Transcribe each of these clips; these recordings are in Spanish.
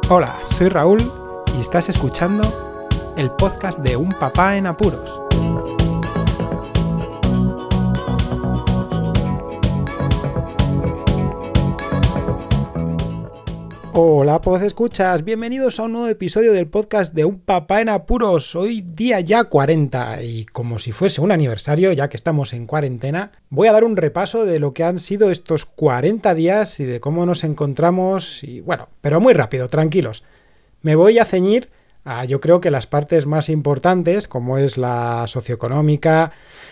Hola, soy Raúl y estás escuchando el podcast de Un Papá en Apuros. Hola, escuchas, bienvenidos a un nuevo episodio del podcast de Un Papá en Apuros. Hoy día ya 40 y como si fuese un aniversario, ya que estamos en cuarentena, voy a dar un repaso de lo que han sido estos 40 días y de cómo nos encontramos y bueno, pero muy rápido, tranquilos. Me voy a ceñir a yo creo que las partes más importantes, como es la socioeconómica,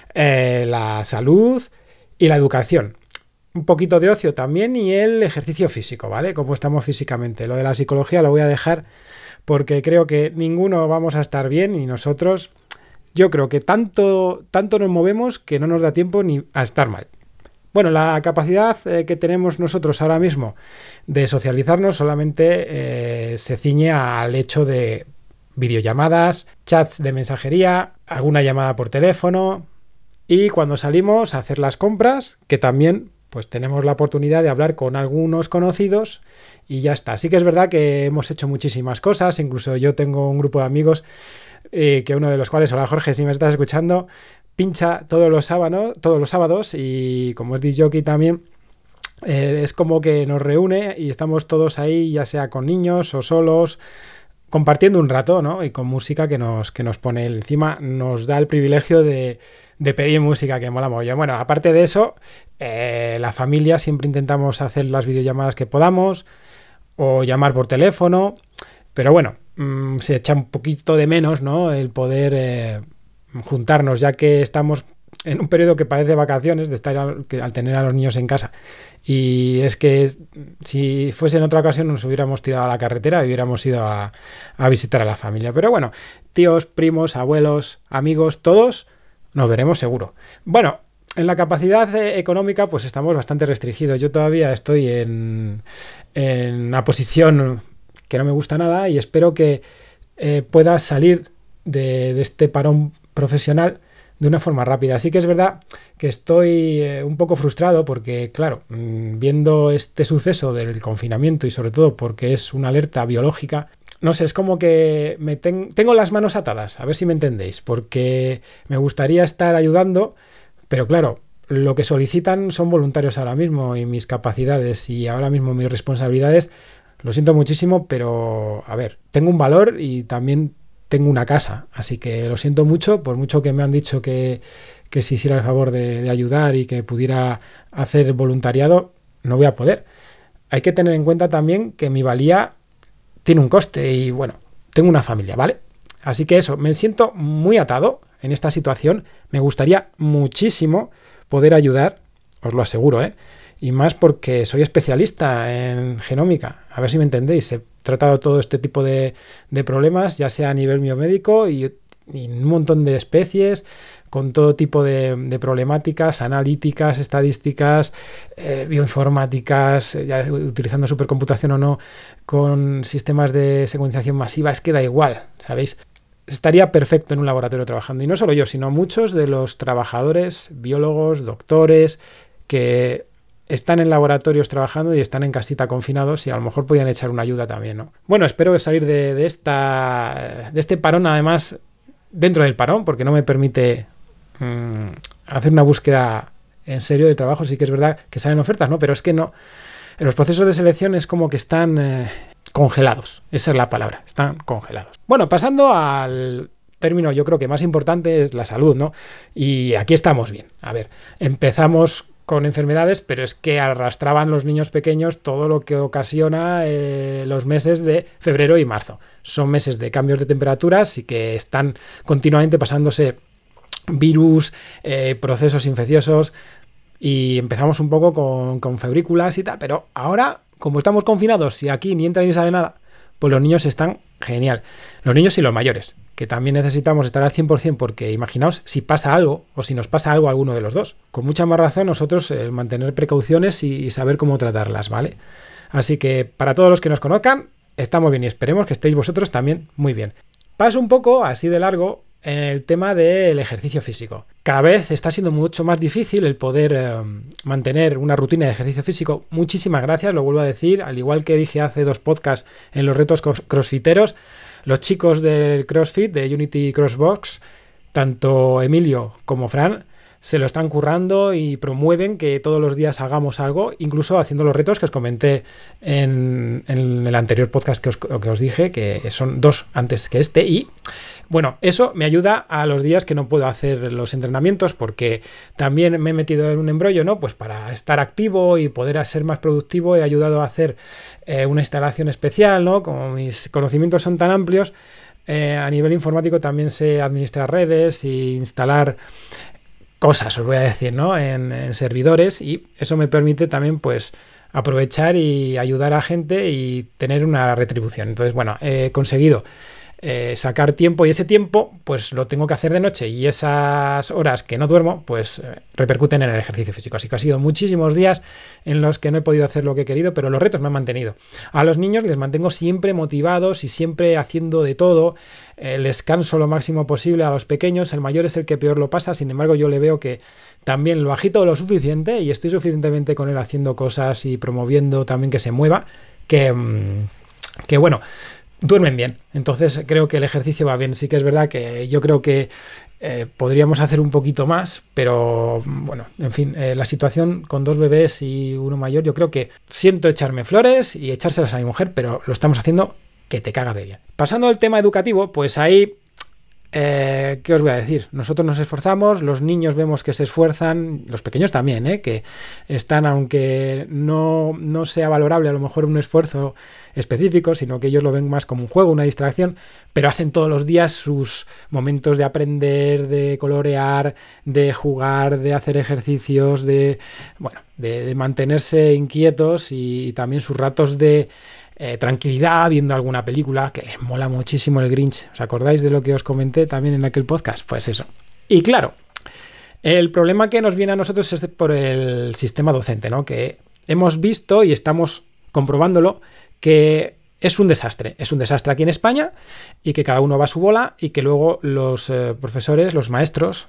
la salud y la educación. Un poquito de ocio también y el ejercicio físico, ¿vale? Cómo estamos físicamente. Lo de la psicología lo voy a dejar porque creo que ninguno vamos a estar bien y nosotros, yo creo que tanto nos movemos que no nos da tiempo ni a estar mal. Bueno, la capacidad que tenemos nosotros ahora mismo de socializarnos solamente se ciñe al hecho de videollamadas, chats de mensajería, alguna llamada por teléfono y cuando salimos a hacer las compras, que también pues tenemos la oportunidad de hablar con algunos conocidos y ya está. Sí que es verdad que hemos hecho muchísimas cosas, incluso yo tengo un grupo de amigos que uno de los cuales, hola Jorge, si me estás escuchando, pincha todos los sábados y como es disc jockey también, es como que nos reúne y estamos todos ahí, ya sea con niños o solos, compartiendo un rato, ¿no? Y con música que nos pone encima, nos da el privilegio de pedir música que mola mogollón. Bueno, aparte de eso, la familia siempre intentamos hacer las videollamadas que podamos o llamar por teléfono, pero bueno, se echa un poquito de menos, ¿no? El poder juntarnos, ya que estamos en un periodo que parece vacaciones, de estar al tener a los niños en casa. Y es que si fuese en otra ocasión nos hubiéramos tirado a la carretera y hubiéramos ido a visitar a la familia. Pero bueno, tíos, primos, abuelos, amigos, todos nos veremos seguro. Bueno, en la capacidad económica pues estamos bastante restringidos. Yo todavía estoy en una posición que no me gusta nada y espero que pueda salir de este parón profesional de una forma rápida. Así que es verdad que estoy un poco frustrado porque, claro, viendo este suceso del confinamiento y sobre todo porque es una alerta biológica, no sé, es como que tengo las manos atadas, a ver si me entendéis, porque me gustaría estar ayudando, pero claro, lo que solicitan son voluntarios ahora mismo y mis capacidades y ahora mismo mis responsabilidades, lo siento muchísimo, pero a ver, tengo un valor y también tengo una casa, así que lo siento mucho, por mucho que me han dicho que si hiciera el favor de ayudar y que pudiera hacer voluntariado, no voy a poder. Hay que tener en cuenta también que mi valía tiene un coste y bueno, tengo una familia, ¿vale? Así que eso, me siento muy atado en esta situación, me gustaría muchísimo poder ayudar, os lo aseguro, y más porque soy especialista en genómica, a ver si me entendéis, he tratado todo este tipo de problemas, ya sea a nivel biomédico y un montón de especies, con todo tipo de problemáticas, analíticas, estadísticas, bioinformáticas, ya utilizando supercomputación o no, con sistemas de secuenciación masiva, es que da igual, ¿sabéis? Estaría perfecto en un laboratorio trabajando, y no solo yo, sino muchos de los trabajadores, biólogos, doctores, que están en laboratorios trabajando y están en casita confinados y a lo mejor podían echar una ayuda también, ¿no? Bueno, espero salir de este parón, además, dentro del parón, porque no me permite hacer una búsqueda en serio de trabajo. Sí que es verdad que salen ofertas, ¿no? Pero es que no. En los procesos de selección es como que están congelados. Esa es la palabra, están congelados. Bueno, pasando al término yo creo que más importante es la salud, ¿no? Y aquí estamos bien. A ver, empezamos con enfermedades, pero es que arrastraban los niños pequeños todo lo que ocasiona los meses de febrero y marzo. Son meses de cambios de temperaturas y que están continuamente pasándose virus, procesos infecciosos y empezamos un poco con febrículas y tal, pero ahora, como estamos confinados y aquí ni entra ni sale nada, pues los niños están genial. Los niños y los mayores, que también necesitamos estar al 100% porque imaginaos si pasa algo o si nos pasa algo a alguno de los dos. Con mucha más razón nosotros mantener precauciones y saber cómo tratarlas, ¿vale? Así que para todos los que nos conozcan, estamos bien y esperemos que estéis vosotros también muy bien. Paso un poco así de largo en el tema del ejercicio físico. Cada vez está siendo mucho más difícil el poder mantener una rutina de ejercicio físico. Muchísimas gracias, lo vuelvo a decir, al igual que dije hace 2 podcasts en los retos crossfiteros, los chicos del CrossFit, de Unity Crossbox, tanto Emilio como Fran, se lo están currando y promueven que todos los días hagamos algo, incluso haciendo los retos que os comenté en el anterior podcast que os dije, que son 2 antes que este. Y bueno, eso me ayuda a los días que no puedo hacer los entrenamientos, porque también me he metido en un embrollo, ¿no? Pues para estar activo y poder ser más productivo, he ayudado a hacer una instalación especial, ¿no? Como mis conocimientos son tan amplios, a nivel informático también sé administrar redes e instalar cosas, os voy a decir, ¿no? En servidores, y eso me permite también, pues, aprovechar y ayudar a gente y tener una retribución. Entonces, bueno, he conseguido sacar tiempo, y ese tiempo pues lo tengo que hacer de noche, y esas horas que no duermo pues repercuten en el ejercicio físico. Así que ha sido muchísimos días en los que no he podido hacer lo que he querido, pero los retos me han mantenido. A los niños les mantengo siempre motivados y siempre haciendo de todo. Les canso lo máximo posible. A los pequeños, el mayor es el que peor lo pasa, sin embargo yo le veo que también lo agito lo suficiente y estoy suficientemente con él haciendo cosas y promoviendo también que se mueva, que bueno, duermen bien. Entonces creo que el ejercicio va bien. Sí que es verdad que yo creo que podríamos hacer un poquito más, pero bueno, en fin, la situación con 2 bebés y uno mayor, yo creo que siento echarme flores y echárselas a mi mujer, pero lo estamos haciendo que te cagas de bien. Pasando al tema educativo, pues ahí ¿qué os voy a decir? Nosotros nos esforzamos, los niños vemos que se esfuerzan, los pequeños también, que están, aunque no sea valorable a lo mejor un esfuerzo específico, sino que ellos lo ven más como un juego, una distracción, pero hacen todos los días sus momentos de aprender, de colorear, de jugar, de hacer ejercicios, de mantenerse inquietos, y también sus ratos de tranquilidad viendo alguna película, que les mola muchísimo el Grinch. ¿Os acordáis de lo que os comenté también en aquel podcast? Pues eso. Y claro, el problema que nos viene a nosotros es por el sistema docente, ¿no? Que hemos visto y estamos comprobándolo, que es un desastre aquí en España, y que cada uno va a su bola, y que luego los profesores, los maestros,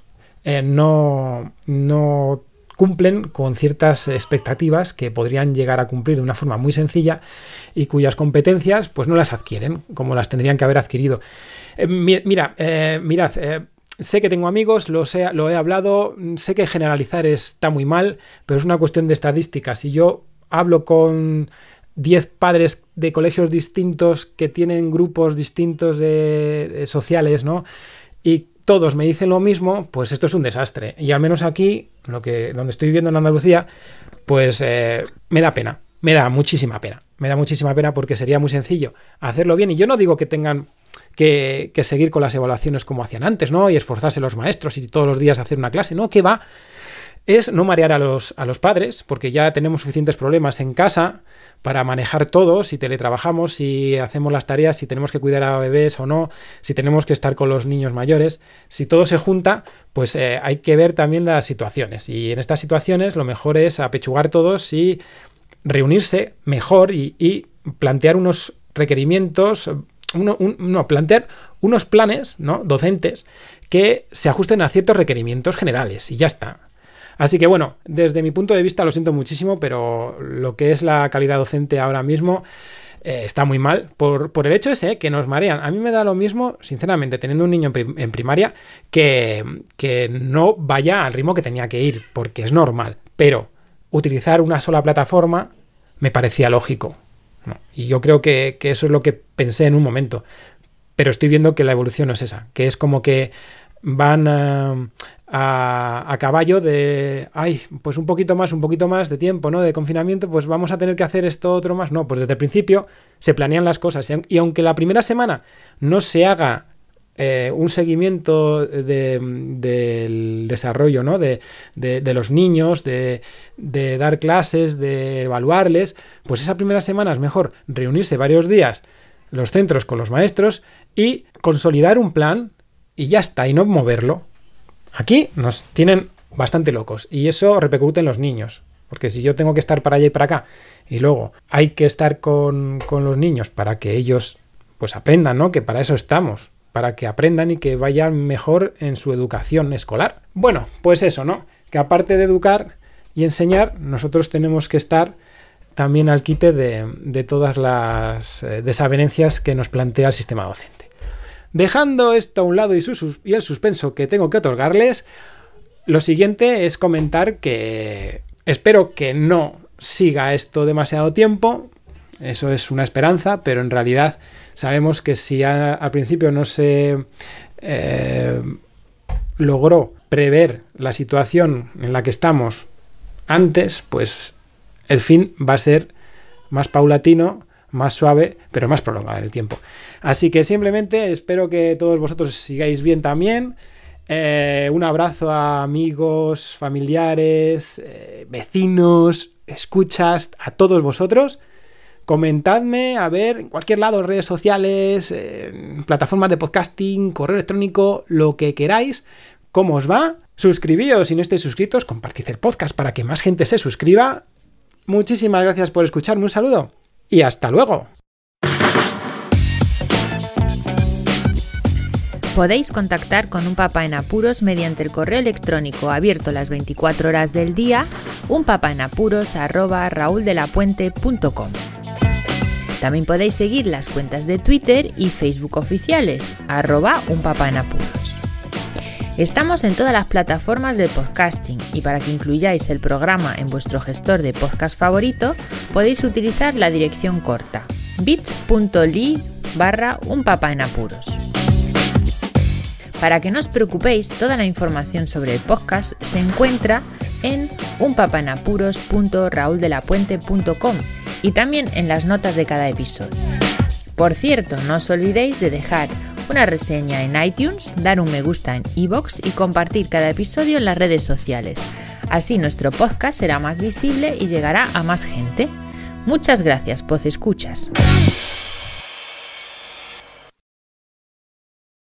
no cumplen con ciertas expectativas que podrían llegar a cumplir de una forma muy sencilla, y cuyas competencias pues no las adquieren como las tendrían que haber adquirido. Mirad, sé que tengo amigos, lo he hablado, sé que generalizar está muy mal, pero es una cuestión de estadísticas. Si yo hablo con 10 padres de colegios distintos que tienen grupos distintos de sociales, ¿no? Y todos me dicen lo mismo, pues esto es un desastre. Y al menos aquí, donde estoy viviendo en Andalucía, pues me da pena, me da muchísima pena. Me da muchísima pena, porque sería muy sencillo hacerlo bien. Y yo no digo que tengan que seguir con las evaluaciones como hacían antes, ¿no? Y esforzarse los maestros y todos los días hacer una clase, ¿no? Que va. Es no marear a los padres, porque ya tenemos suficientes problemas en casa para manejar todo, si teletrabajamos, si hacemos las tareas, si tenemos que cuidar a bebés o no, si tenemos que estar con los niños mayores. Si todo se junta, pues hay que ver también las situaciones. Y en estas situaciones lo mejor es apechugar todos y reunirse mejor y plantear unos requerimientos, plantear unos planes, ¿no?, docentes que se ajusten a ciertos requerimientos generales, y ya está. Así que bueno, desde mi punto de vista lo siento muchísimo, pero lo que es la calidad docente ahora mismo está muy mal por el hecho ese, que nos marean. A mí me da lo mismo, sinceramente, teniendo un niño en primaria, que no vaya al ritmo que tenía que ir, porque es normal, pero utilizar una sola plataforma me parecía lógico, ¿no? Y yo creo que eso es lo que pensé en un momento, pero estoy viendo que la evolución no es esa, que es como que van a caballo de, pues un poquito más de tiempo, ¿no?, de confinamiento, pues vamos a tener que hacer esto otro más. No, pues desde el principio se planean las cosas, y aunque la primera semana no se haga un seguimiento del desarrollo, ¿no?, de los niños, de dar clases, de evaluarles, pues esa primera semana es mejor reunirse varios días los centros con los maestros y consolidar un plan, y ya está, y no moverlo. Aquí nos tienen bastante locos, y eso repercute en los niños, porque si yo tengo que estar para allá y para acá, y luego hay que estar con los niños para que ellos pues aprendan, ¿no?, que para eso estamos, para que aprendan y que vayan mejor en su educación escolar. Bueno, pues eso, ¿no? Que aparte de educar y enseñar, nosotros tenemos que estar también al quite de todas las desavenencias que nos plantea el sistema docente. Dejando esto a un lado y el suspenso que tengo que otorgarles, lo siguiente es comentar que espero que no siga esto demasiado tiempo. Eso es una esperanza, pero en realidad sabemos que si al principio no se logró prever la situación en la que estamos antes, pues el fin va a ser más paulatino, más suave, pero más prolongado en el tiempo. Así que simplemente espero que todos vosotros sigáis bien también. Un abrazo a amigos, familiares, vecinos, escuchas, a todos vosotros. Comentadme, a ver, en cualquier lado, redes sociales, plataformas de podcasting, correo electrónico, lo que queráis, cómo os va. Suscribíos si no estáis suscritos, compartid el podcast para que más gente se suscriba. Muchísimas gracias por escucharme, un saludo y hasta luego. Podéis contactar con Un Papá en Apuros mediante el correo electrónico abierto las 24 horas del día, unpapaenapuros@rauldelapuente.com. También podéis seguir las cuentas de Twitter y Facebook oficiales, @unpapaenapuros. Estamos en todas las plataformas de podcasting y para que incluyáis el programa en vuestro gestor de podcast favorito, podéis utilizar la dirección corta bit.ly/unpapaenapuros. Para que no os preocupéis, toda la información sobre el podcast se encuentra en unpapaenapuros.rauldelapuente.com y también en las notas de cada episodio. Por cierto, no os olvidéis de dejar una reseña en iTunes, dar un me gusta en iVoox y compartir cada episodio en las redes sociales. Así nuestro podcast será más visible y llegará a más gente. Muchas gracias, podcescuchas.